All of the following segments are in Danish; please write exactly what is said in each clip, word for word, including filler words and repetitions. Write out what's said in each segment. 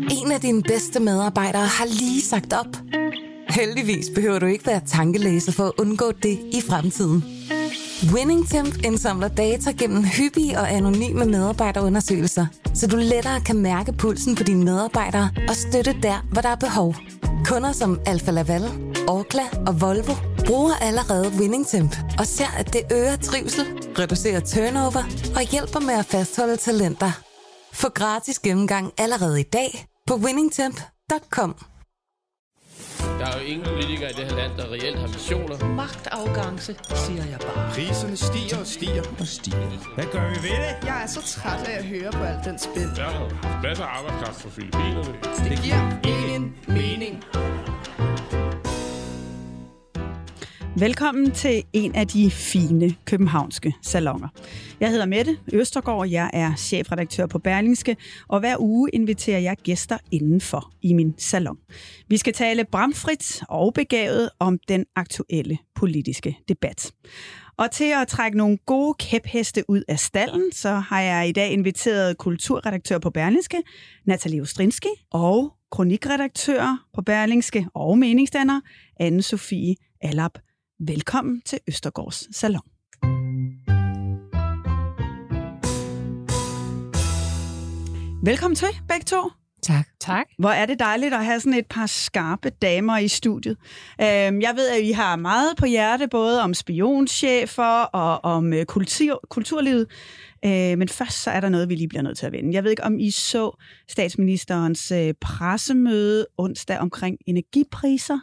En af dine bedste medarbejdere har lige sagt op. Heldigvis behøver du ikke være tankelæser for at undgå det i fremtiden. WinningTemp indsamler data gennem hyppige og anonyme medarbejderundersøgelser, så du lettere kan mærke pulsen på dine medarbejdere og støtte der, hvor der er behov. Kunder som Alfa Laval, Orkla og Volvo bruger allerede WinningTemp og ser, at det øger trivsel, reducerer turnover og hjælper med at fastholde talenter. Få gratis gennemgang allerede i dag på winningtemp punktum com. Der er jo ingen politikere i det her land, der reelt har missioner. Magtafgangse, siger jeg bare. Priserne stiger og stiger og stiger. Hvad gør vi ved det? Jeg er så træt af at høre på alt den spil. Der er masser af arbejdskraft fra Filippinerne. Det, det giver ingen mening. Velkommen til en af de fine københavnske salonger. Jeg hedder Mette Østergaard, jeg er chefredaktør på Berlingske, og hver uge inviterer jeg gæster indenfor i min salon. Vi skal tale bramfrit og begavet om den aktuelle politiske debat. Og til at trække nogle gode kæpheste ud af stallen, så har jeg i dag inviteret kulturredaktør på Berlingske, Natalie Ostrinski, og kronikredaktør på Berlingske og meningsdanner, Anne-Sophie Allap. Velkommen til Østergaards Salon. Velkommen til, begge to. Tak. Tak. Hvor er det dejligt at have sådan et par skarpe damer i studiet. Jeg ved, at I har meget på hjerte, både om spionchefer og om kultur, kulturlivet. Men først så er der noget, vi lige bliver nødt til at vende. Jeg ved ikke, om I så statsministerens pressemøde onsdag omkring energipriser.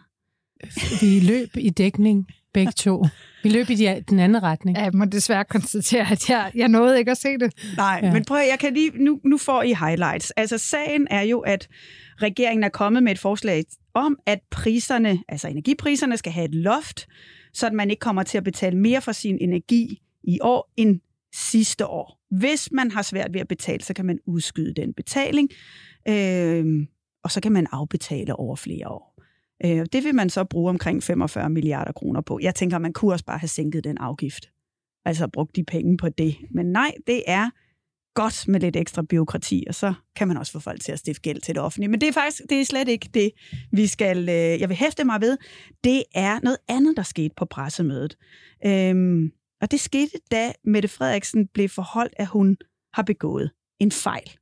Vi løb i dækning, begge to. Vi løb i de, den anden retning. Ja, jeg må desværre konstatere, at jeg, jeg nåede ikke at se det. Nej, ja. Men prøv, jeg kan lige, nu, nu får I highlights. Altså, sagen er jo, at regeringen er kommet med et forslag om, at priserne, altså energipriserne, skal have et loft, så at man ikke kommer til at betale mere for sin energi i år end sidste år. Hvis man har svært ved at betale, så kan man udskyde den betaling, øh, og så kan man afbetale over flere år. Det vil man så bruge omkring femogfyrre milliarder kroner på. Jeg tænker, man kunne også bare have sænket den afgift. Altså brugt de penge på det. Men nej, det er godt med lidt ekstra byråkrati, og så kan man også få folk til at stifte gæld til det offentlige. Men det er faktisk det er slet ikke det, vi skal... Jeg vil hæfte mig ved. Det er noget andet, der skete på pressemødet. Øhm, og det skete, da Mette Frederiksen blev forholdt, at hun har begået en fejl.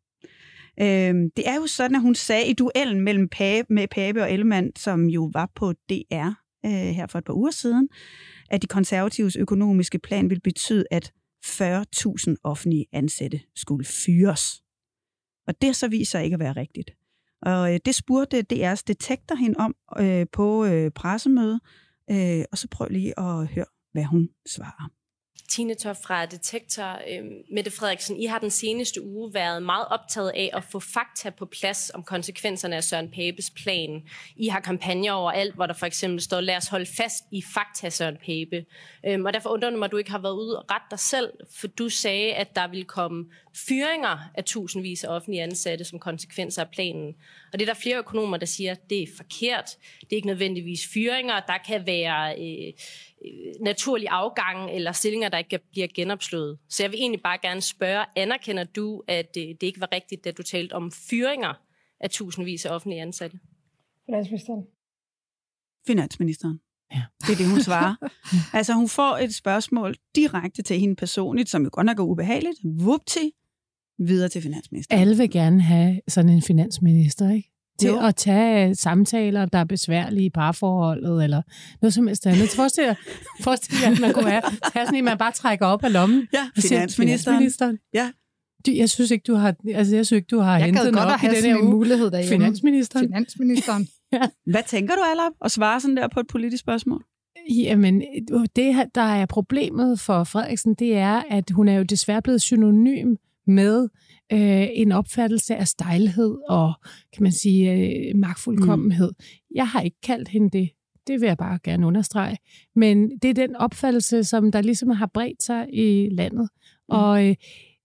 Øhm, det er jo sådan, at hun sagde i duellen mellem Pape, med Pape og Ellemann, som jo var på D R øh, her for et par uger siden, at de konservatives økonomiske plan ville betyde, at fyrre tusind offentlige ansatte skulle fyres. Og det så viser ikke at være rigtigt. Og øh, det spurgte D R's detektor hende om øh, på øh, pressemøde, øh, og så prøv lige at høre, hvad hun svarer. Tine Toft fra Detektor. Øh, Mette Frederiksen, I har den seneste uge været meget optaget af at få fakta på plads om konsekvenserne af Søren Papes plan. I har kampagner over alt, hvor der for eksempel står, lad os holde fast i fakta, Søren Pape. Øh, og derfor undrer det mig, at du ikke har været ude og rette dig selv, for du sagde, at der ville komme fyringer af tusindvis af offentlige ansatte som konsekvenser af planen. Og det er der flere økonomer, der siger, at det er forkert. Det er ikke nødvendigvis fyringer. Der kan være øh, naturlig afgang eller stillinger, der ikke bliver genopslået. Så jeg vil egentlig bare gerne spørge, anerkender du, at øh, det ikke var rigtigt, da du talte om fyringer af tusindvis af offentlige ansatte? Finansministeren. Finansministeren. Ja. Det er det, hun svarer. Altså, hun får et spørgsmål direkte til hende personligt, som jo godt nok er ubehageligt. Vupti, videre til finansministeren. Alle vil gerne have sådan en finansminister, ikke? Til jo. At tage samtaler, der er besværlige i parforholdet, eller noget som helst andet. Forestil jer, forestil jer, at man kunne have, have sådan en, man bare trækker op af lommen. Ja, finansministeren. finansministeren. Ja. Du, jeg synes ikke, du har, altså, jeg synes ikke, du har jeg hentet nok godt i den her mulighed derhjemme. Finansministeren. Finansministeren. Ja. Hvad tænker du, Allap, at svare sådan der på et politisk spørgsmål? Jamen, det, der er problemet for Frederiksen, det er, at hun er jo desværre blevet synonym med øh, en opfattelse af stejlhed og, kan man sige, øh, magtfuldkommenhed. Mm. Jeg har ikke kaldt hende det. Det vil jeg bare gerne understrege. Men det er den opfattelse, som der ligesom har bredt sig i landet. Mm. Og øh,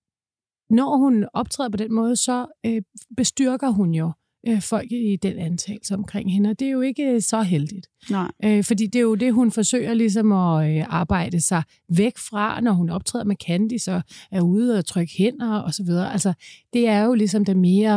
når hun optræder på den måde, så øh, bestyrker hun jo øh, folk i den antagelse omkring hende, og det er jo ikke så heldigt. Nej. Øh, fordi det er jo det, hun forsøger ligesom at øh, arbejde sig væk fra, når hun optræder med Candice og er ude og trykke hænder og så videre. Altså, det er jo ligesom det mere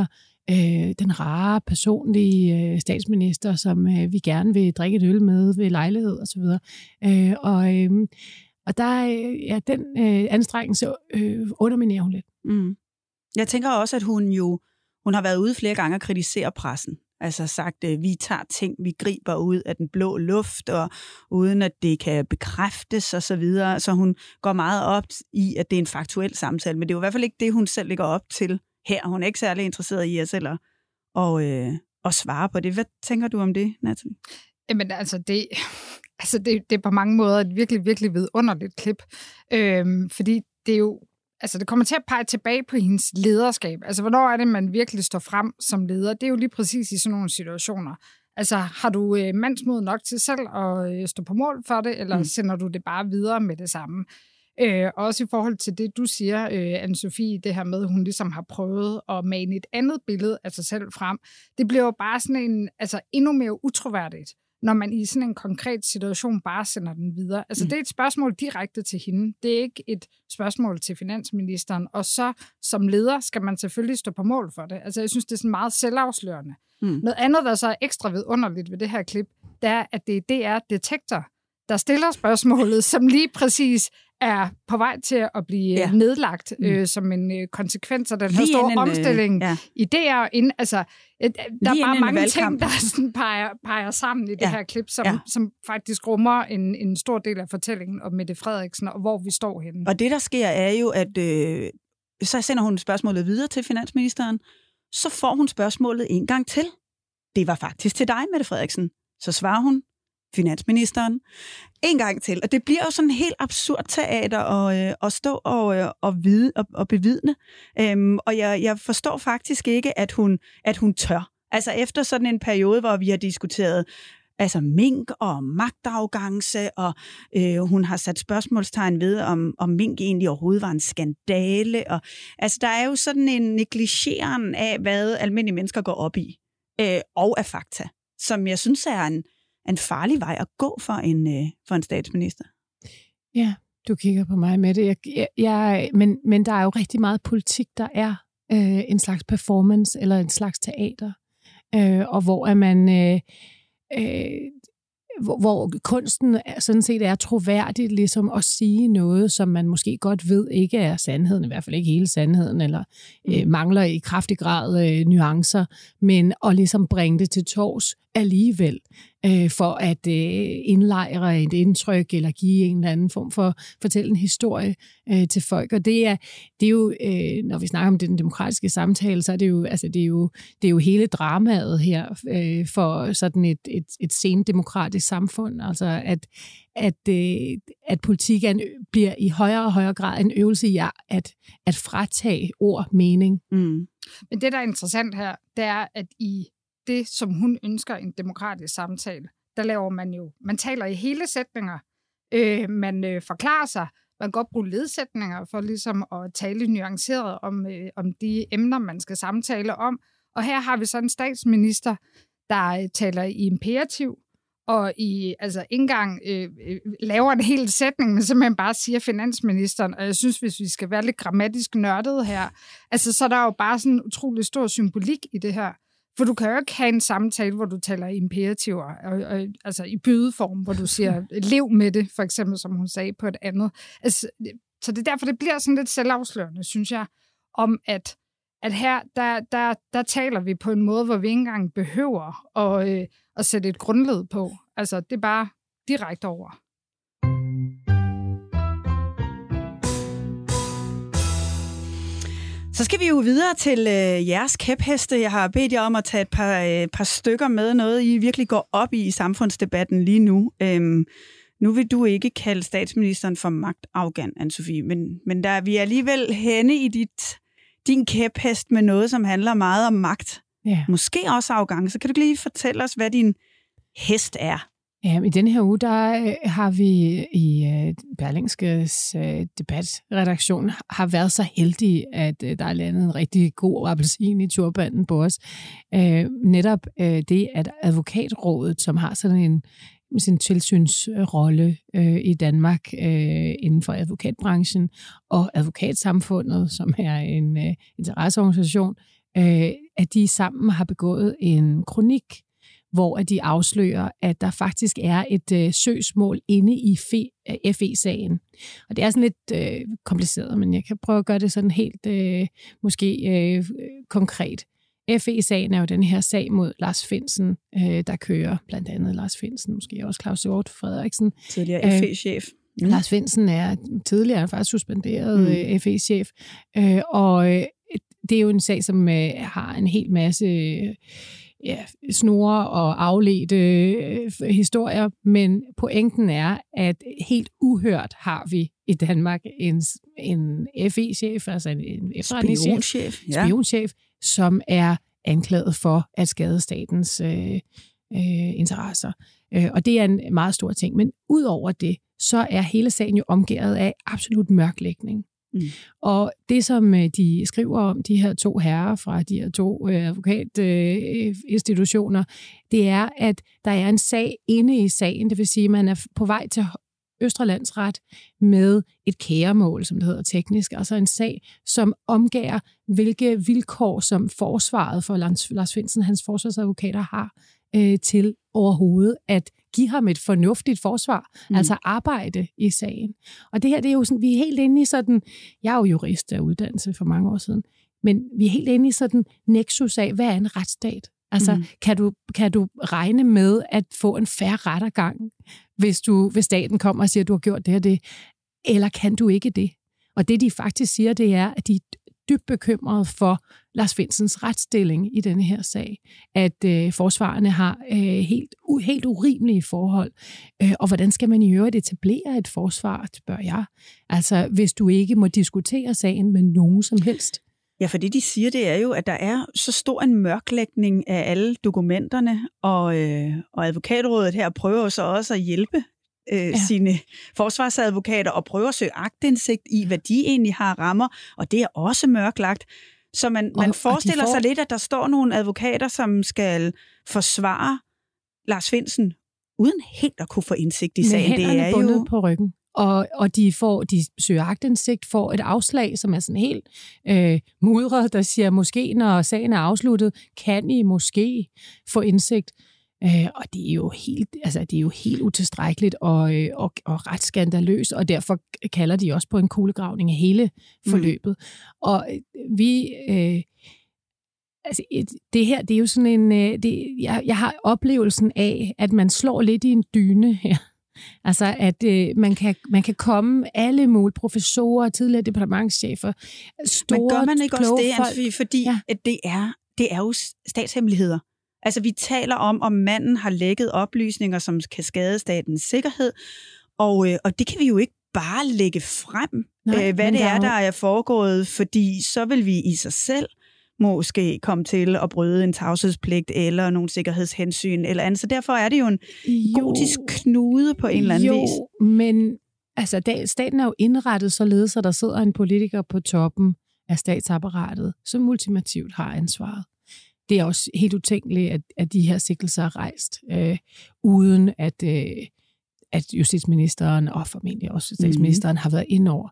øh, den rare, personlige øh, statsminister, som øh, vi gerne vil drikke et øl med ved lejlighed osv. Øh, og, øh, og der ja, den øh, anstrengelse øh, underminerer hun lidt. Mm. Jeg tænker også, at hun jo hun har været ude flere gange og kritisere pressen. Altså sagt, at vi tager ting, vi griber ud af den blå luft, og uden at det kan bekræftes og så videre. Så hun går meget op i, at det er en faktuel samtale, men det er jo i hvert fald ikke det, hun selv ligger op til her. Hun er ikke særlig interesseret i at selv at, og, øh, at svare på det. Hvad tænker du om det, Natalie? Jamen altså, det, altså det, det er på mange måder et virkelig, virkelig vidunderligt klip. Øhm, fordi det er jo Altså, det kommer til at pege tilbage på hendes lederskab. Altså, hvornår er det, man virkelig står frem som leder? Det er jo lige præcis i sådan nogle situationer. Altså, har du øh, mandsmod nok til selv at øh, stå på mål for det, eller mm. sender du det bare videre med det samme? Øh, også i forhold til det, du siger, øh, Anne-Sophie, det her med, at hun ligesom har prøvet at mane et andet billede af sig selv frem. Det bliver jo bare sådan en, altså endnu mere utroværdigt, når man i sådan en konkret situation bare sender den videre. Altså, mm. det er et spørgsmål direkte til hende. Det er ikke et spørgsmål til finansministeren. Og så som leder skal man selvfølgelig stå på mål for det. Altså, jeg synes, det er sådan meget selvafslørende. Mm. Noget andet, der så er ekstra vidunderligt ved det her klip, det er, at det er D R Detektor, der stiller spørgsmålet, som lige præcis er på vej til at blive ja. nedlagt mm. øh, som en øh, konsekvens af den her store en, omstilling øh, ja. i D R. Ind, altså, øh, der lige er bare mange ting, der sådan peger, peger sammen i det ja. her klip, som, ja. som faktisk rummer en, en stor del af fortællingen om Mette Frederiksen, og hvor vi står henne. Og det, der sker, er jo, at øh, så sender hun spørgsmålet videre til finansministeren, så får hun spørgsmålet en gang til. Det var faktisk til dig, Mette Frederiksen. Så svarer hun, finansministeren, en gang til. Og det bliver jo sådan en helt absurd teater at, øh, at stå og, øh, og, vide, og, og bevidne. Øhm, og jeg, jeg forstår faktisk ikke, at hun, at hun tør. Altså efter sådan en periode, hvor vi har diskuteret altså mink og magtafgangse, og øh, hun har sat spørgsmålstegn ved, om, om mink egentlig overhovedet var en skandale. Og, altså der er jo sådan en negligeren af, hvad almindelige mennesker går op i, øh, og af fakta, som jeg synes er en en farlig vej at gå for en, øh, for en statsminister. Ja, du kigger på mig med det. Jeg, jeg, jeg, men, men der er jo rigtig meget politik, der er øh, en slags performance eller en slags teater, øh, og hvor er man... Øh, øh, hvor, hvor kunsten sådan set er troværdigt ligesom at sige noget, som man måske godt ved ikke er sandheden, i hvert fald ikke hele sandheden, eller øh, mangler i kraftig grad øh, nuancer, men at ligesom bringe det til tors alligevel, øh, for at øh, indlejre et indtryk, eller give en eller anden form for fortælle en historie øh, til folk. Og det er, det er jo, øh, når vi snakker om den demokratiske samtale, så er det jo, altså det er jo, det er jo hele dramaet her øh, for sådan et, et, et sent demokratisk samfund. Altså at, at, øh, at politik er en, bliver i højere og højere grad en øvelse i at, at fratage ord mening. Mm. Men det, der er interessant her, det er, at i det, som hun ønsker en demokratisk samtale, der laver man jo, man taler i hele sætninger, øh, man øh, forklarer sig, man kan godt bruge ledsætninger for ligesom at tale nuanceret om, øh, om de emner, man skal samtale om. Og her har vi så en statsminister, der øh, taler i imperativ, og i altså ikke engang øh, øh, laver en hel sætning, men simpelthen bare siger finansministeren, og jeg synes, hvis vi skal være lidt grammatisk nørdet her, altså så er der jo bare sådan en utrolig stor symbolik i det her. For du kan jo ikke have en samtale, hvor du taler i imperativer, og, og, altså i bydeform, hvor du siger, lev med det, for eksempel, som hun sagde på et andet. Altså, så det er derfor, det bliver sådan lidt selvafslørende, synes jeg, om at, at her, der, der, der taler vi på en måde, hvor vi ikke engang behøver at, øh, at sætte et grundled på. Altså, det er bare direkte over. Så skal vi jo videre til øh, jeres kæpheste. Jeg har bedt jer om at tage et par, øh, par stykker med, noget I virkelig går op i i samfundsdebatten lige nu. Øhm, nu vil du ikke kalde statsministeren for magtarrogant, Anne-Sophie, men, men der er vi alligevel henne i dit, din kæphest med noget, som handler meget om magt. Ja. Måske også arrogance. Kan du lige fortælle os, hvad din hest er? Ja, i denne her uge, der har vi i uh, Berlingskes uh, debatredaktion har været så heldige, at uh, der er landet en rigtig god appelsin i turbanden på os. Uh, netop uh, det, at advokatrådet, som har sådan en sin tilsynsrolle uh, i Danmark uh, inden for advokatbranchen, og advokatsamfundet, som er en uh, interesseorganisation, øh, at de sammen har begået en kronik, hvor de afslører, at der faktisk er et øh, søgsmål inde i F E-sagen. Og det er sådan lidt øh, kompliceret, men jeg kan prøve at gøre det sådan helt øh, måske øh, konkret. F E-sagen er jo den her sag mod Lars Findsen, øh, der kører blandt andet Lars Findsen, måske også Claus Hjort Frederiksen. Tidligere F E-chef. Mm. Lars Findsen er tidligere faktisk suspenderet mm. øh, F E-chef, øh, og øh, det er jo en sag, som øh, har en hel masse øh, ja, snore og afledte øh, historier, men pointen er, at helt uhørt har vi i Danmark en, en F E-chef, altså en, en efterretningschef, ja. spionchef, som er anklaget for at skade statens øh, øh, interesser. Øh, og det er en meget stor ting. Men ud over det, så er hele sagen jo omgærdet af absolut mørklægning. Mm. Og det, som de skriver om, de her to herrer fra de her to øh, advokatinstitutioner, øh, det er, at der er en sag inde i sagen, det vil sige, at man er på vej til Østre Landsret med et kæremål, som det hedder teknisk, altså en sag, som omgærer, hvilke vilkår, som forsvaret for Lars, Lars Findsen, hans forsvarsadvokater har øh, til overhovedet at give ham et fornuftigt forsvar, mm. altså arbejde i sagen. Og det her, det er jo sådan, vi er helt inde i sådan, jeg er jo jurist af uddannelse for mange år siden, men vi er helt inde i sådan nexus af, hvad er en retsstat? Altså, mm. kan, du, kan du regne med at få en fair rettergang, hvis, du, hvis staten kommer og siger, at du har gjort det og det, eller kan du ikke det? Og det, de faktisk siger, det er, at de er dybt bekymrede for Lars Findsens retsstilling i denne her sag. At øh, forsvarerne har øh, helt, u, helt urimelige forhold. Øh, og hvordan skal man i øvrigt etablere et forsvar, spørger jeg. Altså, hvis du ikke må diskutere sagen med nogen som helst. Ja, for det de siger, det er jo, at der er så stor en mørklægning af alle dokumenterne, og, øh, og advokatrådet her prøver så også at hjælpe øh, ja. sine forsvarsadvokater og prøver at søge aktindsigt i, hvad de egentlig har rammer, og det er også mørklagt. Så man, man og, forestiller og får... sig lidt, at der står nogle advokater, som skal forsvare Lars Findsen, uden helt at kunne få indsigt i sagen. Med hænderne bundet på ryggen. Og, og de, får, de søger aktindsigt, får et afslag, som er sådan helt øh, mudret, der siger, måske når sagen er afsluttet, kan I måske få indsigt. Øh, og det er jo helt, altså, det er jo helt utilstrækkeligt og, øh, og, og ret skandaløst, og derfor kalder de også på en kulegravning af hele forløbet. Mm. Og vi... Øh, altså, et, det her, det er jo sådan en... Øh, det, jeg, jeg har oplevelsen af, at man slår lidt i en dyne her. Altså, at øh, man, kan, man kan komme alle mulige professorer, tidligere departementschefer, store, men gør man ikke også det, folk? Anne-Sophie, fordi ja. at det, er, det er jo statshemmeligheder. Altså, vi taler om, om manden har lækket oplysninger, som kan skade statens sikkerhed, og, øh, og det kan vi jo ikke bare lægge frem, Nej, øh, hvad det er, der er foregået, fordi så vil vi i sig selv måske komme til at bryde en tavshedspligt eller nogle sikkerhedshensyn eller andet. Så derfor er det jo en jo, gotisk knude på en eller anden jo, vis. Men altså, staten er jo indrettet således, at der sidder en politiker på toppen af statsapparatet, som ultimativt har ansvaret. Det er også helt utænkeligt, at, at de her sigtelser er rejst, øh, uden at, øh, at justitsministeren og formentlig også statsministeren mm-hmm. har været inde over.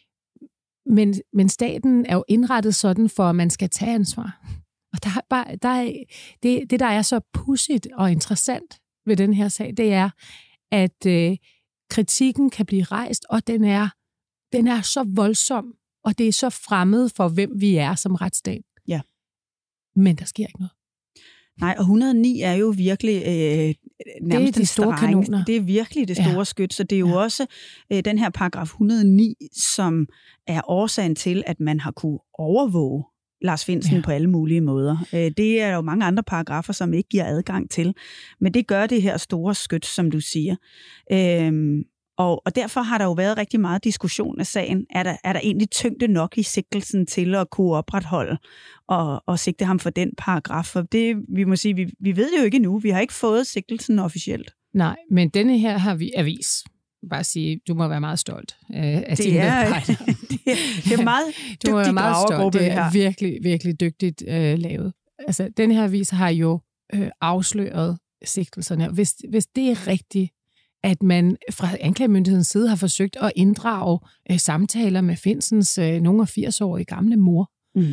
Men, men staten er jo indrettet sådan, for at man skal tage ansvar. Og der er bare, der er, det, det, der er så pudsigt og interessant ved den her sag, det er, at øh, kritikken kan blive rejst, og den er, den er så voldsom, og det er så fremmed for, hvem vi er som retsstat. Ja. Men der sker ikke noget. Nej, og et hundrede og ni er jo virkelig øh, nærmest det er de store kanoner. Det er virkelig det store ja. skyt, så det er jo ja. også øh, den her paragraf et hundrede og ni, som er årsagen til, at man har kunne overvåge Lars Findsen ja. på alle mulige måder. Øh, det er jo mange andre paragrafer, som ikke giver adgang til, men det gør det her store skyt, som du siger. Øh, Og, og derfor har der jo været rigtig meget diskussion af sagen. Er der, er der egentlig tyngde nok i sigtelsen til at kunne opretholde og, og sigte ham for den paragraf? For det, vi må sige, vi, vi ved det jo ikke endnu. Vi har ikke fået sigtelsen officielt. Nej, men denne her har vi avis. Bare sige, du må være meget stolt øh, af dine medarbejdere. det, er, det er meget dygtig du må være meget stolt. Det er her. virkelig, virkelig dygtigt øh, lavet. Altså, denne her avis har jo øh, afsløret sigtelserne. Hvis, hvis det er rigtigt, at man fra anklagemyndighedens side har forsøgt at inddrage øh, samtaler med Findsens øh, nogle af firs-årige gamle mor, mm.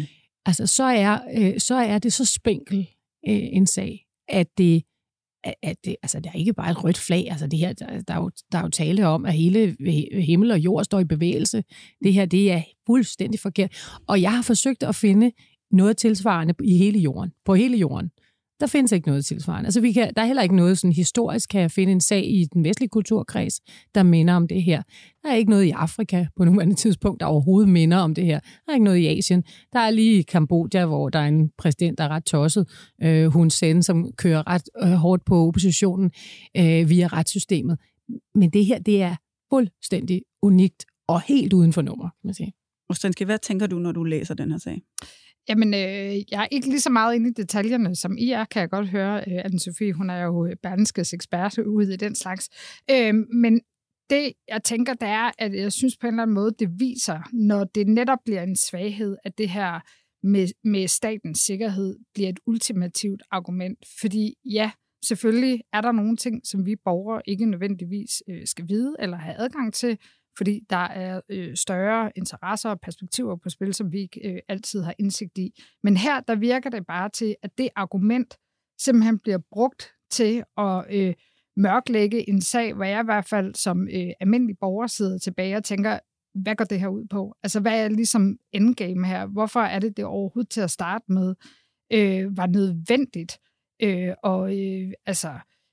altså så er, øh, så er det så spinkel øh, en sag, at det, at det, altså det er ikke bare et rødt flag, altså det her, der, der, er, jo, der er jo tale om, at hele himmel og jord står i bevægelse. Det her, det er fuldstændig forkert. Og jeg har forsøgt at finde noget tilsvarende i hele jorden, på hele jorden. Der findes ikke noget tilsvarende. Altså, vi kan, der er heller ikke noget sådan historisk, kan jeg finde en sag i den vestlige kulturkreds, der minder om det her. Der er ikke noget i Afrika på nuværende tidspunkt, der overhovedet minder om det her. Der er ikke noget i Asien. Der er lige i Kambodja, hvor der er en præsident, der er ret tosset. Øh, hun sender, som kører ret øh, hårdt på oppositionen øh, via retssystemet. Men det her, det er fuldstændig unikt og helt uden for nummer, kan man sige. Ostrinski, hvad tænker du, når du læser den her sag? Jamen, øh, jeg er ikke lige så meget inde i detaljerne, som I er, kan jeg godt høre. Øh, Anne-Sophie, hun er jo Berlingskes ekspert ude i den slags. Øh, men det, jeg tænker, det er, at jeg synes på en eller anden måde, det viser, når det netop bliver en svaghed, at det her med, med statens sikkerhed bliver et ultimativt argument. Fordi ja, selvfølgelig er der nogle ting, som vi borgere ikke nødvendigvis øh, skal vide eller have adgang til, fordi der er øh, større interesser og perspektiver på spil, som vi ikke øh, altid har indsigt i. Men her, der virker det bare til, at det argument simpelthen bliver brugt til at øh, mørklægge en sag, hvor jeg i hvert fald som øh, almindelig borger sidder tilbage og tænker, hvad går det her ud på? Altså, hvad er ligesom endgame her? Hvorfor er det det overhovedet til at starte med øh, var nødvendigt? Øh, og øh, altså...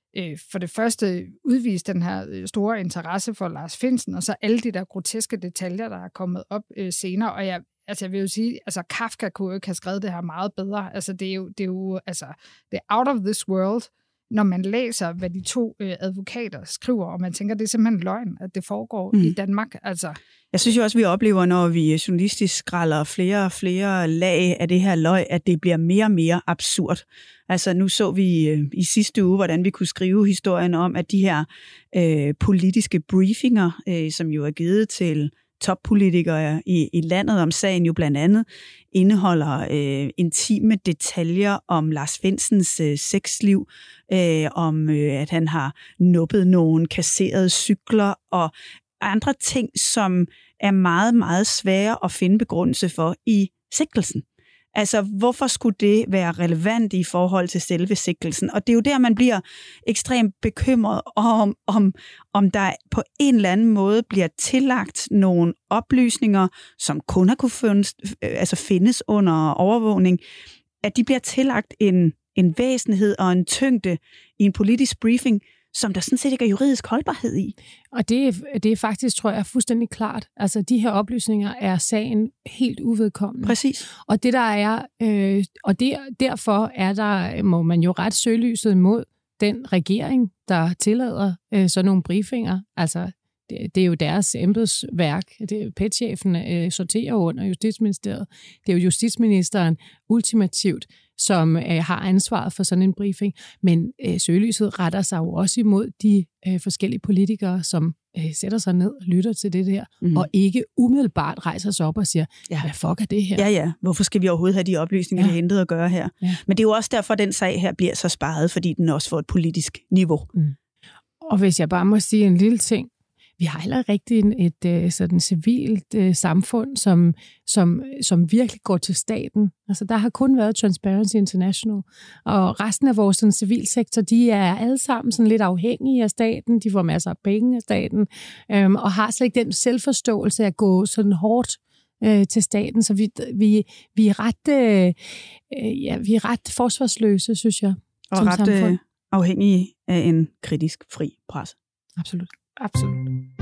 for det første udvise den her store interesse for Lars Findsen, og så alle de der groteske detaljer, der er kommet op øh, senere. Og jeg, altså, jeg vil jo sige, altså Kafka kunne jo ikke have skrevet det her meget bedre. Altså, det er jo, det er jo altså, det er out of this world, når man læser, hvad de to øh, advokater skriver, og man tænker, det er simpelthen løgn, at det foregår mm. i Danmark. Altså. Jeg synes jo også, vi oplever, når vi journalistisk skræller flere og flere lag af det her løg, at det bliver mere og mere absurd. Altså nu så vi øh, i sidste uge, hvordan vi kunne skrive historien om, at de her øh, politiske briefinger, øh, som jo er givet til toppolitikere i, i landet om sagen, jo blandt andet indeholder øh, intime detaljer om Lars Findsens øh, sexliv, øh, om øh, at han har nuppet nogle kasserede cykler og andre ting, som er meget, meget svære at finde begrundelse for i sigtelsen. Altså, hvorfor skulle det være relevant i forhold til selve sigtelsen? Og det er jo der, man bliver ekstremt bekymret om, om, om der på en eller anden måde bliver tillagt nogle oplysninger, som kun har kunne findes, altså findes under overvågning, at de bliver tillagt en, en væsenhed og en tyngde i en politisk briefing, som der sådan set ikke er juridisk holdbarhed i. Og det er, det er faktisk, tror jeg, fuldstændig klart. Altså, de her oplysninger er sagen helt uvedkommende. Præcis. Og det der er, øh, og det, derfor er der, må man jo ret søgelyset mod den regering, der tillader øh, sådan nogle briefinger. Altså, det, det er jo deres embedsværk. Det, P E T-chefen øh, sorterer under Justitsministeriet. Det er jo justitsministeren ultimativt, som øh, har ansvaret for sådan en briefing. Men øh, søgelyset retter sig jo også imod de øh, forskellige politikere, som øh, sætter sig ned og lytter til det der, mm. og ikke umiddelbart rejser sig op og siger, ja. Hvad fuck er det her? Ja, ja. Hvorfor skal vi overhovedet have de oplysninger, ja. vi hentede at gøre her? Ja. Men det er jo også derfor, at den sag her bliver så sparet, fordi den også får et politisk niveau. Mm. Og hvis jeg bare må sige en lille ting, vi har heller rigtig et, et sådan civilt uh, samfund, som, som, som virkelig går til staten. Altså, der har kun været Transparency International, og resten af vores sådan, civilsektor, de er alle sammen sådan lidt afhængige af staten, de får masser af penge af staten, øhm, og har slet ikke den selvforståelse at gå sådan hårdt øh, til staten, så vi, vi, vi, er ret, øh, ja, vi er ret forsvarsløse, synes jeg, og som ret samfund. Øh, afhængige af en kritisk fri presse. Absolut. Absolut.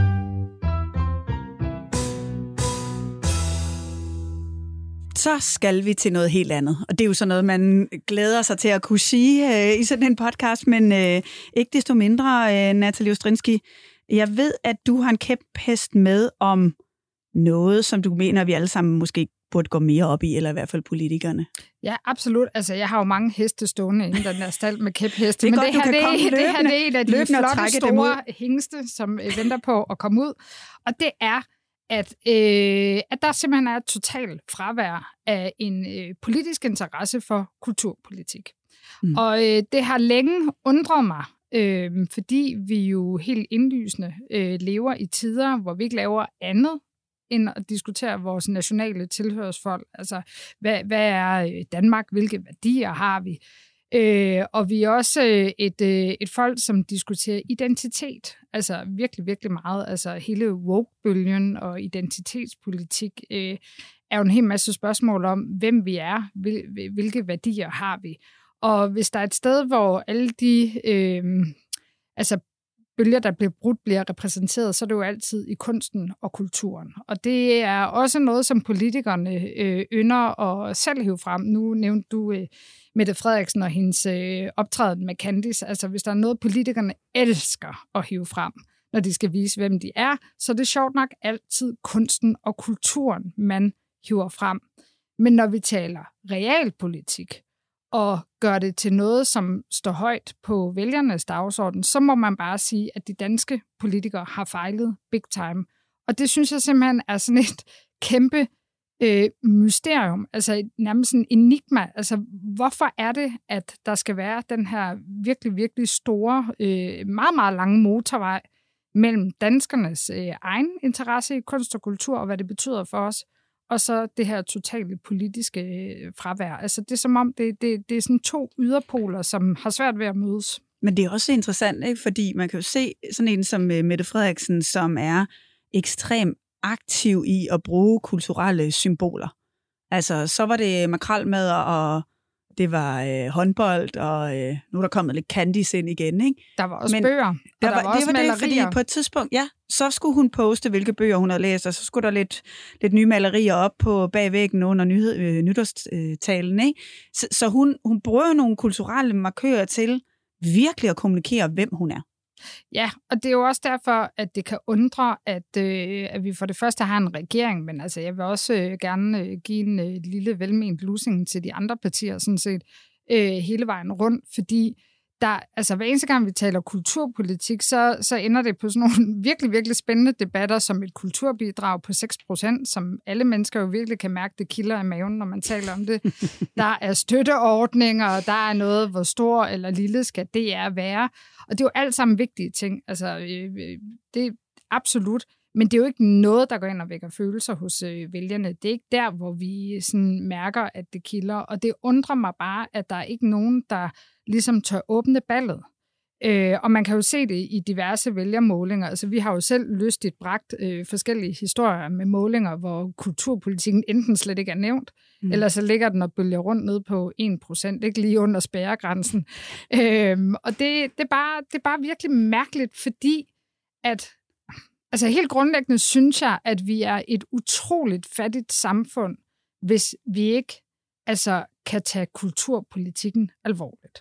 Så skal vi til noget helt andet. Og det er jo sådan noget, man glæder sig til at kunne sige øh, i sådan en podcast, men øh, ikke desto mindre, øh, Natalie Ostrinski. Jeg ved, at du har en kæphest med om noget, som du mener, vi alle sammen måske burde gå mere op i, eller i hvert fald politikerne. Ja, absolut. Altså, jeg har jo mange heste stående inde i den der stald med kæpheste. Det er men godt, det du her, kan det, komme det, løbende, det her det er en af de flotte, store hængste, som øh, venter på at komme ud. Og det er, at, øh, at der simpelthen er et totalt fravær af en øh, politisk interesse for kulturpolitik. Mm. Og øh, det har længe undret mig, øh, fordi vi jo helt indlysende øh, lever i tider, hvor vi ikke laver andet end at diskutere vores nationale tilhørsfolk. Altså, hvad, hvad er Danmark? Hvilke værdier har vi? Øh, og vi er også et, et folk, som diskuterer identitet. Altså virkelig, virkelig meget. Altså hele woke-bølgen og identitetspolitik øh, er jo en hel masse spørgsmål om, hvem vi er, hvil, hvilke værdier har vi. Og hvis der er et sted, hvor alle de øh, altså bølger, der bliver brudt, bliver repræsenteret, så er det jo altid i kunsten og kulturen. Og det er også noget, som politikerne øh, ynder at selv hive frem. Nu nævnte du øh, Mette Frederiksen og hendes øh, optræden med Candice. Altså hvis der er noget, politikerne elsker at hive frem, når de skal vise, hvem de er, så er det sjovt nok altid kunsten og kulturen, man hiver frem. Men når vi taler realpolitik, og gør det til noget, som står højt på vælgernes dagsorden, så må man bare sige, at de danske politikere har fejlet big time. Og det synes jeg simpelthen er sådan et kæmpe øh, mysterium, altså nærmest en enigma. Altså, hvorfor er det, at der skal være den her virkelig, virkelig store, øh, meget, meget lange motorvej mellem danskernes øh, egen interesse i kunst og kultur, og hvad det betyder for os, og så det her totale politiske fravær. Altså det er som om, det, det, det er sådan to yderpoler, som har svært ved at mødes. Men det er også interessant, ikke? Fordi man kan jo se sådan en som Mette Frederiksen, som er ekstremt aktiv i at bruge kulturelle symboler. Altså så var det makrelmadder, og det var øh, håndbold, og øh, nu er der kommet lidt Candice ind igen, ikke? Der var også Men bøger, og der, der var, var også det var malerier. Det, fordi på et tidspunkt, ja, så skulle hun poste, hvilke bøger hun havde læst, og så skulle der lidt, lidt nye malerier op på bagvæggen under nyhed, øh, nytårstalen, ikke? Så, så hun, hun bruger nogle kulturelle markører til virkelig at kommunikere, hvem hun er. Ja, og det er jo også derfor, at det kan undre, at, øh, at vi for det første har en regering, men altså, jeg vil også øh, gerne øh, give en øh, lille velment lussing til de andre partier, sådan set, øh, hele vejen rundt, fordi der, altså, hver eneste gang vi taler kulturpolitik, så, så ender det på sådan nogle virkelig, virkelig spændende debatter, som et kulturbidrag på seks procent, som alle mennesker jo virkelig kan mærke, det kilder i maven, når man taler om det. Der er støtteordninger, og der er noget, hvor stor eller lille skal D R være. Og det er jo alt sammen vigtige ting. Altså, øh, det er absolut. Men det er jo ikke noget, der går ind og vækker følelser hos øh, vælgerne. Det er ikke der, hvor vi sådan mærker, at det kilder. Og det undrer mig bare, at der er ikke nogen, der ligesom tør åbne ballet. Øh, og man kan jo se det i diverse vælgermålinger. Altså, vi har jo selv lystigt bragt øh, forskellige historier med målinger, hvor kulturpolitikken enten slet ikke er nævnt, mm. eller så ligger den og bølger rundt ned på en procent, ikke lige under spærregrænsen. Øh, og det, det, er bare, det er bare virkelig mærkeligt, fordi at altså helt grundlæggende synes jeg, at vi er et utroligt fattigt samfund, hvis vi ikke altså, kan tage kulturpolitikken alvorligt.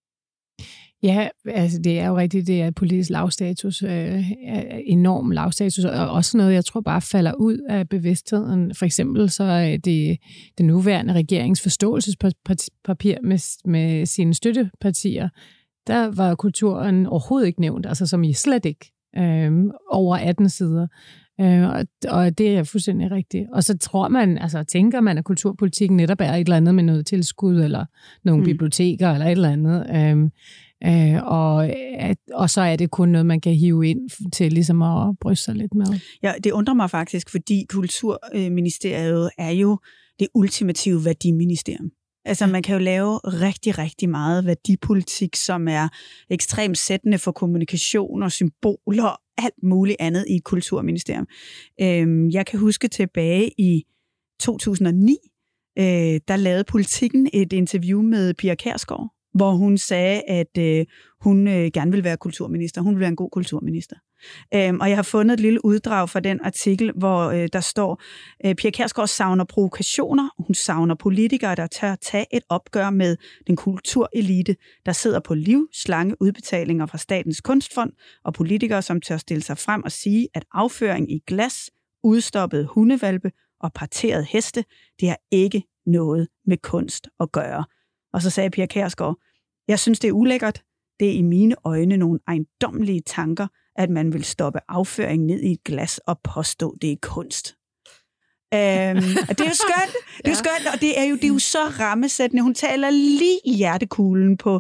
Ja, altså det er jo rigtigt, det er politisk lavstatus, øh, enorm lavstatus, og også noget, jeg tror bare falder ud af bevidstheden. For eksempel så er det den nuværende regerings forståelsespapir med, med sine støttepartier, der var kulturen overhovedet ikke nævnt, altså som i slet ikke. Øhm, over atten sider. Øh, og, og det er fuldstændig rigtigt. Og så tror man, altså tænker man, at kulturpolitikken netop er et eller andet med noget tilskud, eller nogle mm. biblioteker, eller et eller andet. Øhm, øh, og, at, og så er det kun noget, man kan hive ind til ligesom at bryste sig lidt med. Ja, det undrer mig faktisk, fordi Kulturministeriet er jo det ultimative værdiministerium. Altså man kan jo lave rigtig, rigtig meget værdipolitik, som er ekstremt sættende for kommunikation og symboler og alt muligt andet i et kulturministerium. Jeg kan huske tilbage i to tusind og ni, der lavede Politikken et interview med Pia Kjærsgaard, hvor hun sagde, at øh, hun øh, gerne vil være kulturminister. Hun vil være en god kulturminister. Øhm, og jeg har fundet et lille uddrag fra den artikel, hvor øh, der står, øh, Pia Kjærsgaard savner provokationer, hun savner politikere, der tør tage et opgør med den kulturelite, der sidder på livslange udbetalinger fra Statens Kunstfond, og politikere, som tør stille sig frem og sige, at afføring i glas, udstoppede hundevalpe og parterede heste, det har ikke noget med kunst at gøre. Og så sagde Pia Kjærsgaard, jeg synes, det er ulækkert. Det er i mine øjne nogle ejendommelige tanker, at man vil stoppe afføring ned i et glas og påstå, det er kunst. Øhm, det er jo skønt. Det er jo skønt, og det er jo, det er jo så rammesættende. Hun taler lige i hjertekuglen på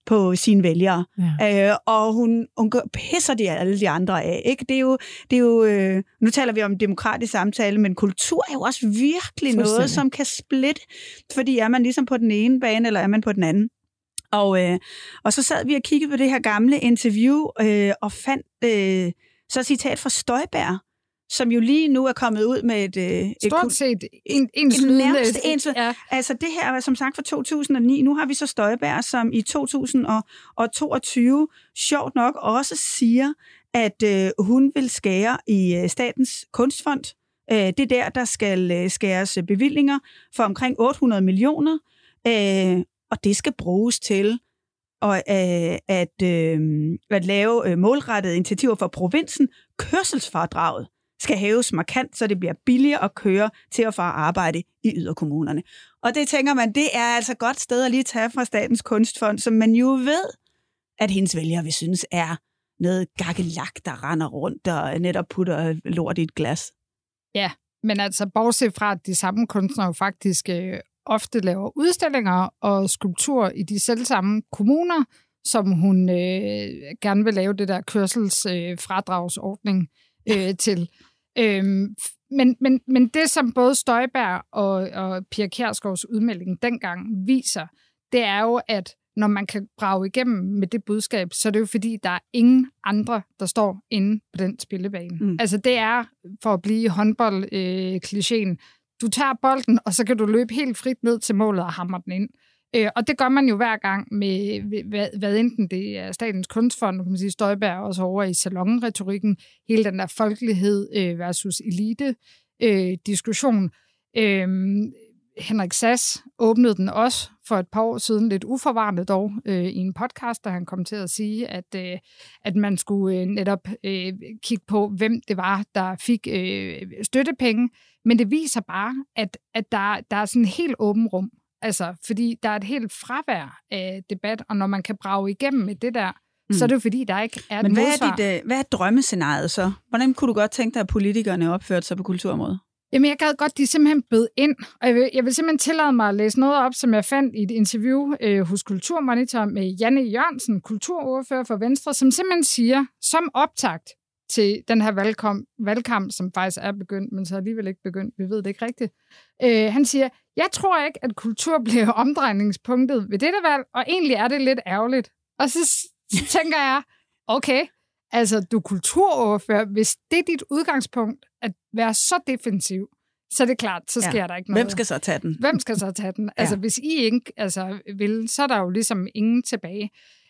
på sine vælgere. Ja. Øh, og hun, hun pisser de alle de andre af. Ikke? Det er jo, det er jo øh, nu taler vi om demokratisk samtale, men kultur er jo også virkelig noget, som kan splitte, fordi er man ligesom på den ene bane, eller er man på den anden. Og, øh, og så sad vi og kiggede på det her gamle interview, øh, og fandt øh, så et citat fra Støjberg, som jo lige nu er kommet ud med et... Øh, Stort set en, en, en nærmest ens. Ja. Altså det her er som sagt fra to tusind og ni. Nu har vi så Støjberg, som i to tusind og toogtyve sjovt nok også siger, at øh, hun vil skære i øh, Statens Kunstfond. Øh, det er der, der skal øh, skæres bevillinger for omkring otte hundrede millioner, øh, og det skal bruges til og, øh, at, øh, at lave øh, målrettede initiativer for provinsen. Kørselsfradraget skal hæves markant, så det bliver billigere at køre til og fra arbejde i yderkommunerne. Og det tænker man, det er altså et godt sted at lige tage fra Statens Kunstfond, som man jo ved, at hendes vælgere vil synes er noget gakkelak, der render rundt og netop putter lort i et glas. Ja, men altså bortset fra, at de samme kunstnere jo faktisk øh, ofte laver udstillinger og skulpturer i de selvsamme kommuner, som hun øh, gerne vil lave det der kørselsfradragsordning øh, øh, til. Øhm, men, men, men det, som både Støjberg og, og Pia Kjærsgaards udmelding dengang viser, det er jo, at når man kan brage igennem med det budskab, så er det jo fordi, der er ingen andre, der står inde på den spillebane. Mm. Altså det er, for at blive håndbold-klichéen, øh, du tager bolden, og så kan du løbe helt frit ned til målet og hamre den ind. Øh, og det gør man jo hver gang med, hvad, hvad enten det er Statens Kunstfond, kan man sige, Støjberg også over i salonretorikken, hele den der folkelighed øh, versus elite-diskussion. Øh, øh, Henrik Sass åbnede den også for et par år siden, lidt uforvarende dog, øh, i en podcast, der han kom til at sige, at, øh, at man skulle øh, netop øh, kigge på, hvem det var, der fik øh, støttepenge. Men det viser bare, at, at der, der er sådan en helt åben rum. Altså, fordi der er et helt fravær af debat, og når man kan brage igennem med det der, mm. så er det jo fordi, der ikke er et Men hvad modsvar. er, dit, øh, hvad er drømmescenariet så? Hvordan kunne du godt tænke dig, at politikerne opførte sig på kulturområdet? Jamen, jeg gad godt, de simpelthen bød ind. Og jeg vil, jeg vil simpelthen tillade mig at læse noget op, som jeg fandt i et interview øh, hos Kulturmonitor med Janne Jørgensen, kulturordfører for Venstre, som simpelthen siger, som optakt til den her valgkamp, valgkamp, som faktisk er begyndt, men så alligevel ikke begyndt, vi ved det ikke rigtigt. Øh, han siger, jeg tror ikke, at kultur bliver omdrejningspunktet ved dette valg, og egentlig er det lidt ærgerligt. Og så, så tænker jeg, okay, altså du er kulturordfører, hvis det er dit udgangspunkt at være så defensiv, så er det klart, så sker ja. der ikke noget. Hvem skal så tage den? Hvem skal så tage den? Altså, ja. hvis I ikke altså, vil, så er der jo ligesom ingen tilbage.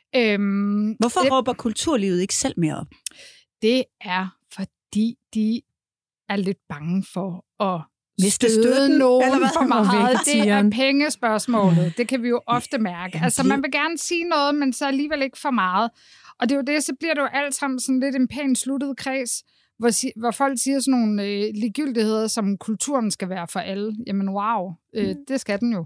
Øhm, Hvorfor det, råber kulturlivet ikke selv mere op? Det er, fordi de er lidt bange for at Miste støde støtten, nogen eller hvad? for meget. Det er pengespørgsmålet. Det kan vi jo ofte mærke. Jamen, altså, det... man vil gerne sige noget, men så alligevel ikke for meget. Og det er jo det, så bliver det jo alt sammen sådan lidt en pænt sluttet kreds, hvor, hvor folk siger sådan nogle øh, ligegyldigheder, som kulturen skal være for alle. Jamen wow, øh, mm. det skal den jo.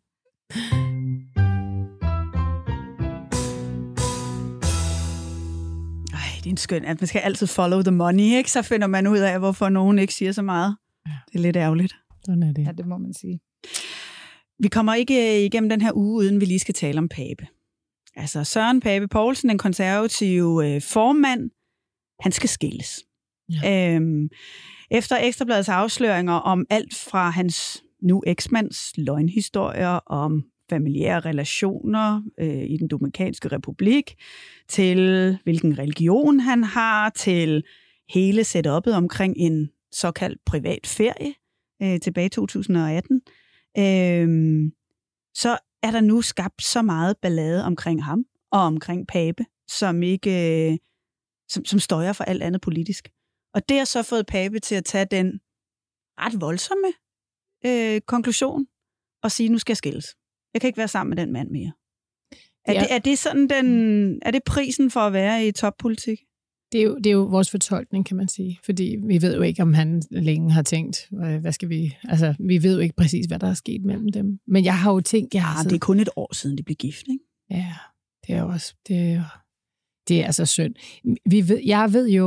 Ej, det er en skøn, at man skal altid follow the money, ikke? Så finder man ud af, hvorfor nogen ikke siger så meget. Ja. Det er lidt ærgerligt. Sådan er det. Ja, det må man sige. Vi kommer ikke igennem den her uge, uden vi lige skal tale om Pape. Altså Søren Pape Poulsen, den konservative øh, formand, han skal skilles. Ja. Øhm, efter Ekstrabladets afsløringer om alt fra hans nu eksmands løgnhistorier om familiære relationer øh, i den Dominikanske Republik, til hvilken religion han har, til hele setupet omkring en såkaldt privat ferie øh, tilbage i to tusind og atten, øh, så er der nu skabt så meget ballade omkring ham og omkring Pape, som ikke øh, som, som støjer for alt andet politisk. Og det har så fået Pape til at tage den ret voldsomme øh, konklusion og sige, nu skal jeg skilles. Jeg kan ikke være sammen med den mand mere. Er, ja. det, er det sådan den, er det prisen for at være i toppolitik? Det er, jo, det er jo vores fortolkning, kan man sige. Fordi vi ved jo ikke, om han længe har tænkt, hvad skal vi... Altså, vi ved jo ikke præcis, hvad der er sket mellem dem. Men jeg har jo tænkt... Jeg har ja, det er kun et år siden, de blev gift, ikke? Ja, det er også... Det er, det er altså synd. Vi ved, jeg ved jo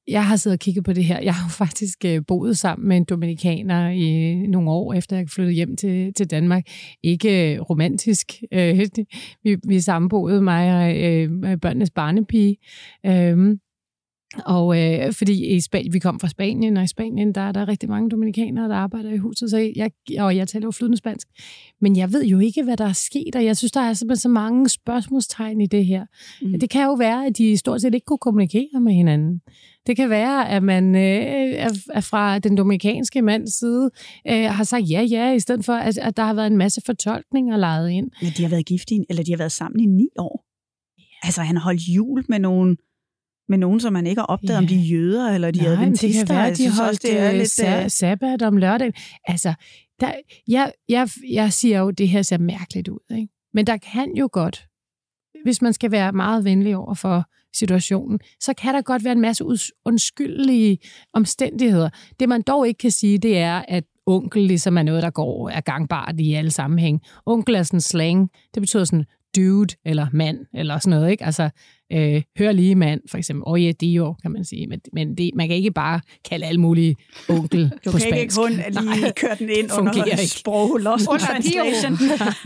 jeg har siddet og kigget på det her. Jeg har jo faktisk øh, boet sammen med en dominikaner i nogle år, efter jeg flyttede hjem til, til Danmark. Ikke øh, romantisk. Øh, vi, vi sammenboede, mig og øh, børnenes barnepige. Øh, Og øh, fordi i Spanien, vi kom fra Spanien, og i Spanien, der er der rigtig mange dominikanere, der arbejder i huset, så jeg, og jeg taler jo flydende spansk. Men jeg ved jo ikke, hvad der er sket, og jeg synes, der er simpelthen så mange spørgsmålstegn i det her. Mm. Det kan jo være, at de stort set ikke kunne kommunikere med hinanden. Det kan være, at man øh, er fra den dominikanske mands side øh, har sagt ja, ja, i stedet for, at, at der har været en masse fortolkninger lejet ind. Ja, de har været gift i, eller de har været sammen i ni år. Ja. Altså, han har holdt jul med nogen... med nogen, som man ikke har opdaget, ja. Om de er jøder, eller de er adventister. Det kan være, at de har holdt det er lidt, sa- sabbat om lørdagen. Altså, der, jeg, jeg, jeg siger jo, at det her ser mærkeligt ud. Ikke? Men der kan jo godt, hvis man skal være meget venlig over for situationen, så kan der godt være en masse undskyldelige omstændigheder. Det man dog ikke kan sige, det er, at onkel ligesom er noget, der går er gangbart i alle sammenhæng. Onkel er sådan slang. Det betyder sådan dude, eller mand, eller sådan noget, ikke? Altså, øh, hør lige mand, for eksempel. Oye, dio, kan man sige. Men, men det, man kan ikke bare kalde alle mulige onkel du på spansk. Du kan ikke kun lige køre den ind under sprog lost in translation.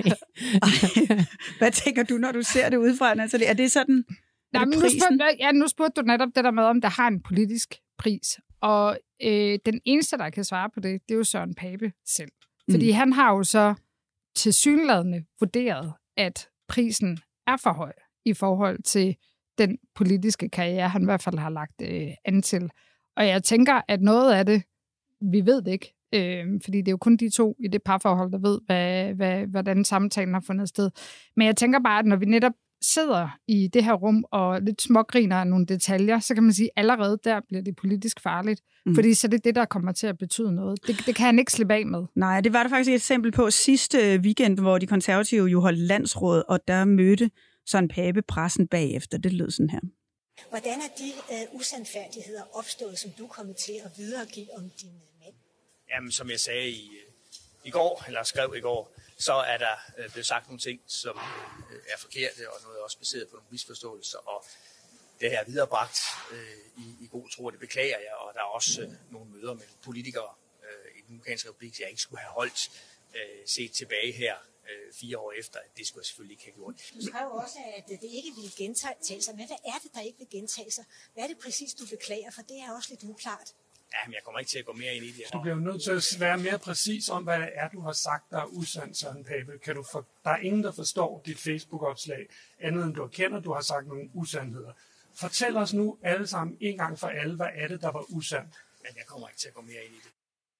Hvad tænker du, når du ser det udefra, Natalie? Er det sådan, Nej, men nu, spurgte, ja, nu spurgte du netop det der med, om der har en politisk pris. Og øh, den eneste, der kan svare på det, det er jo Søren Pape selv. Fordi mm. han har jo så tilsyneladende vurderet, at prisen er for høj i forhold til den politiske karriere, han i hvert fald har lagt øh, an til. Og jeg tænker, at noget af det, vi ved det ikke, øh, fordi det er jo kun de to i det parforhold, der ved, hvad, hvad, hvordan samtalen har fundet sted. Men jeg tænker bare, at når vi netop sidder i det her rum og lidt smågriner af nogle detaljer, så kan man sige, at allerede der bliver det politisk farligt. Mm. Fordi så det er det, der kommer til at betyde noget. Det, det kan han ikke slippe af med. Nej, det var der faktisk et eksempel på sidste weekend, hvor de konservative jo holdt landsråd, og der mødte Søren Pape pressen bagefter. Det lød sådan her. Hvordan er de uh, usandfærdigheder opstået, som du er kommet til at videregive om din mand? Jamen, som jeg sagde i, i går, eller skrev i går, så er der øh, blevet sagt nogle ting, som øh, er forkerte, og noget er også baseret på nogle misforståelser, og det har jeg viderebragt øh, i, i god tro, og det beklager jeg, og der er også øh, nogle møder med politikere øh, i den Dominikanske Republik, jeg ikke skulle have holdt øh, set tilbage her øh, fire år efter, at det skulle jeg selvfølgelig ikke have gjort. Du skrev også, at det ikke ville gentage sig, men hvad er det, der ikke vil gentage sig? Hvad er det præcis, du beklager, for det er også lidt uklart. Ja, men jeg kommer ikke til at gå mere ind i det. Du bliver jo nødt til at være mere præcis om, hvad det er, du har sagt, der er usandt, Søren Pape. Kan du for... Der er ingen, der forstår dit Facebook-opslag, andet end du erkender, du har sagt nogle usandheder. Fortæl os nu alle sammen, en gang for alle, hvad er det, der var usandt? Men jeg kommer ikke til at gå mere ind i det.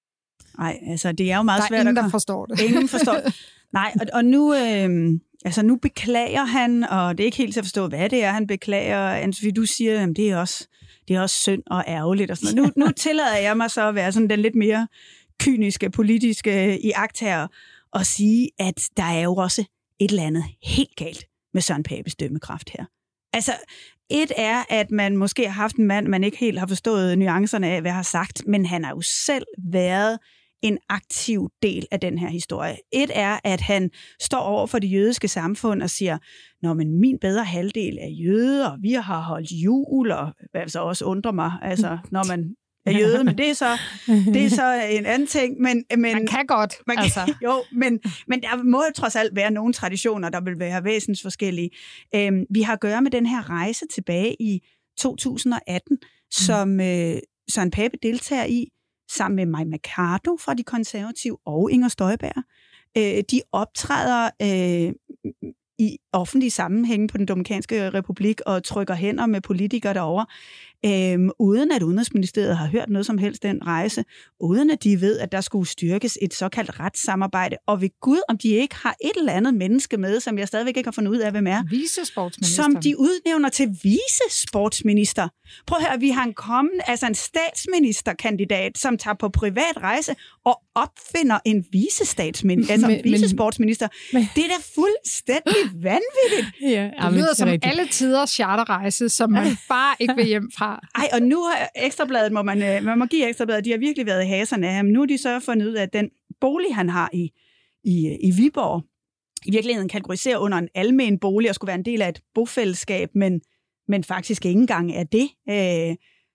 Nej, altså det er jo meget der svært. Der er ingen, at... der forstår det. Ingen forstår det. Nej, og, og nu, øh, altså nu beklager han, og det er ikke helt til at forstå, hvad det er, han beklager. Anne-Sophie, du siger, at det er også... det er også synd og ærgerligt og sådan noget. Nu, nu tillader jeg mig så at være sådan den lidt mere kyniske, politiske iagttager og sige, at der er jo også et eller andet helt galt med Søren Papes dømmekraft her. Altså, et er, at man måske har haft en mand, man ikke helt har forstået nuancerne af, hvad jeg har sagt, men han har jo selv været en aktiv del af den her historie. Et er, at han står over for det jødiske samfund og siger, nå, men min bedre halvdel er jøde, og vi har holdt jul, og hvad så også undrer mig, altså, når man er jøde, men det er så, det er så en anden ting. Men, men, man kan godt, man kan, altså. Jo, men, men der må jo trods alt være nogle traditioner, der vil være væsensforskellige. Øhm, vi har at gøre med den her rejse tilbage i to tusind og atten, mm. som øh, Søren Pape deltager i, sammen med Mai Mercado fra De Konservative og Inger Støjberg. Øh, de optræder øh, i offentlige sammenhænge på den Dominikanske Republik og trykker hænder med politikere derovre, øh, uden at Udenrigsministeriet har hørt noget som helst den rejse, uden at de ved, at der skulle styrkes et såkaldt retssamarbejde, og ved Gud, om de ikke har et eller andet menneske med, som jeg stadigvæk ikke har fundet ud af, hvem er, vicesportsminister, som de udnævner til vicesportsminister. Prøv at høre, vi har en kommende, altså en statsministerkandidat, som tager på privat rejse og opfinder en vicestatsminister, altså en vicesportsminister. Men, det er da fuldstændig vanvittigt. Ja, det lyder som rigtigt. Alle tiders charterrejse, som man bare ikke vil hjem fra. Ej, og nu har Ekstrabladet, må man, man må give Ekstrabladet, de har virkelig været i haserne af ham. Nu er de så fundet ud af, at den bolig, han har i, i, i Viborg, i virkeligheden kategoriserer under en almen bolig og skulle være en del af et bofællesskab, men, men faktisk ikke engang er det. Øh,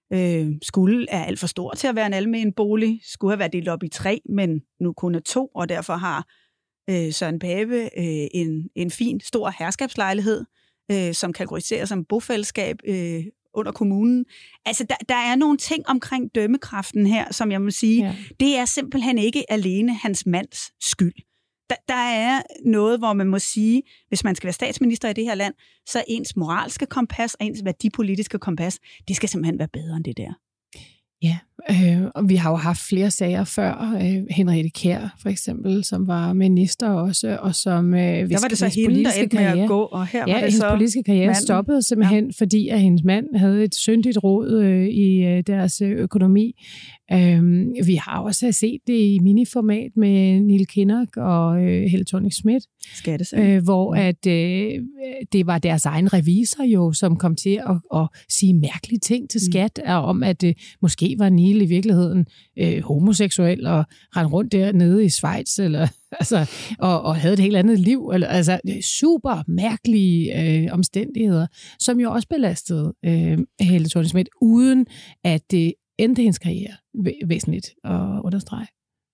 øh, skulle er alt for stor til at være en almen bolig, skulle have været delt op i tre, men nu kun er to, og derfor har øh, Søren Pape øh, en, en fin, stor herskabslejlighed, øh, som kategoriseres som bofællesskab øh, under kommunen. Altså, der, der er nogle ting omkring dømmekraften her, som jeg må sige, ja. Det er simpelthen ikke alene hans mands skyld. Der, der er noget, hvor man må sige, hvis man skal være statsminister i det her land, så ens moralske kompas og ens værdipolitiske kompas, det skal simpelthen være bedre end det der. Ja, øh, og vi har jo haft flere sager før. Øh, Henriette Kjær for eksempel, som var minister også, og som... Øh, der var det så hende, der endte med at gå, og her ja, var det hendes så politiske karriere manden. Stoppede simpelthen, ja. Fordi at hendes mand havde et syndigt råd øh, i øh, deres øh, økonomi. Øh, vi har også set det i miniformat med Neil Kinnock og øh, Helle Thorning-Schmidt, øh, hvor at, øh, det var deres egen revisor jo, som kom til at, at sige mærkelige ting til skat, mm. om at øh, måske var Neil i virkeligheden øh, homoseksuel og rendte rundt dernede i Schweiz, eller, altså, og, og havde et helt andet liv. Eller, altså super mærkelige øh, omstændigheder, som jo også belastede øh, Helle Thorning-Schmidt, uden at det endte hendes karriere væsentligt at understrege.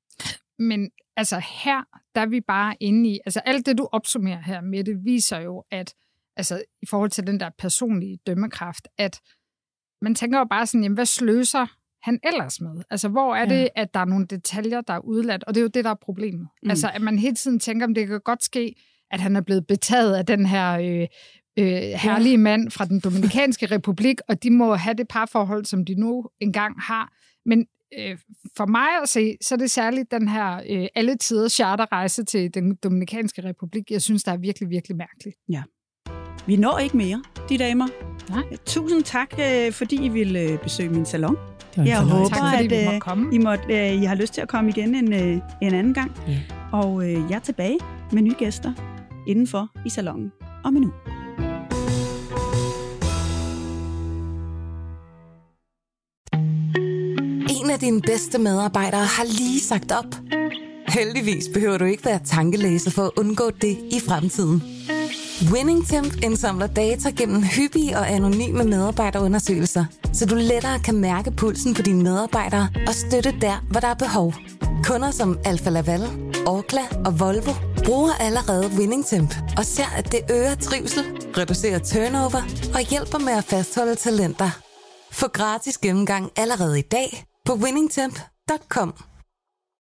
Men altså her, der er vi bare inde i, altså alt det, du opsummerer her med, det viser jo, at altså i forhold til den der personlige dømmekraft, at man tænker jo bare sådan, jamen hvad sløser han ellers med? Altså hvor er det, ja. At der er nogle detaljer, der er udladt, og det er jo det, der er problemet. Mm. Altså at man hele tiden tænker, om det kan godt ske, at han er blevet betaget af den her øh, øh, herlige mand fra den Dominikanske Republik, og de må have det parforhold, som de nu engang har. Men øh, for mig at se, så er det særligt den her øh, alle tiders charterrejse til den Dominikanske Republik. Jeg synes, der er virkelig, virkelig mærkeligt. Ja. Vi når ikke mere, de damer. Nej. Tusind tak, øh, fordi I ville besøge min salon. Jeg håber, tak, fordi at vi må komme. I, måtte, øh, I har lyst til at komme igen en, øh, en anden gang. Ja. Og øh, jeg er tilbage med nye gæster indenfor i salonen om en uge. En af dine bedste medarbejdere har lige sagt op. Heldigvis behøver du ikke være tankelæser for at undgå det i fremtiden. WinningTemp indsamler data gennem hyppige og anonyme medarbejderundersøgelser, så du lettere kan mærke pulsen på dine medarbejdere og støtte der, hvor der er behov. Kunder som Alfa Laval, Orkla og Volvo bruger allerede WinningTemp og ser, at det øger trivsel, reducerer turnover og hjælper med at fastholde talenter. Få gratis gennemgang allerede i dag på winningtemp punktum com.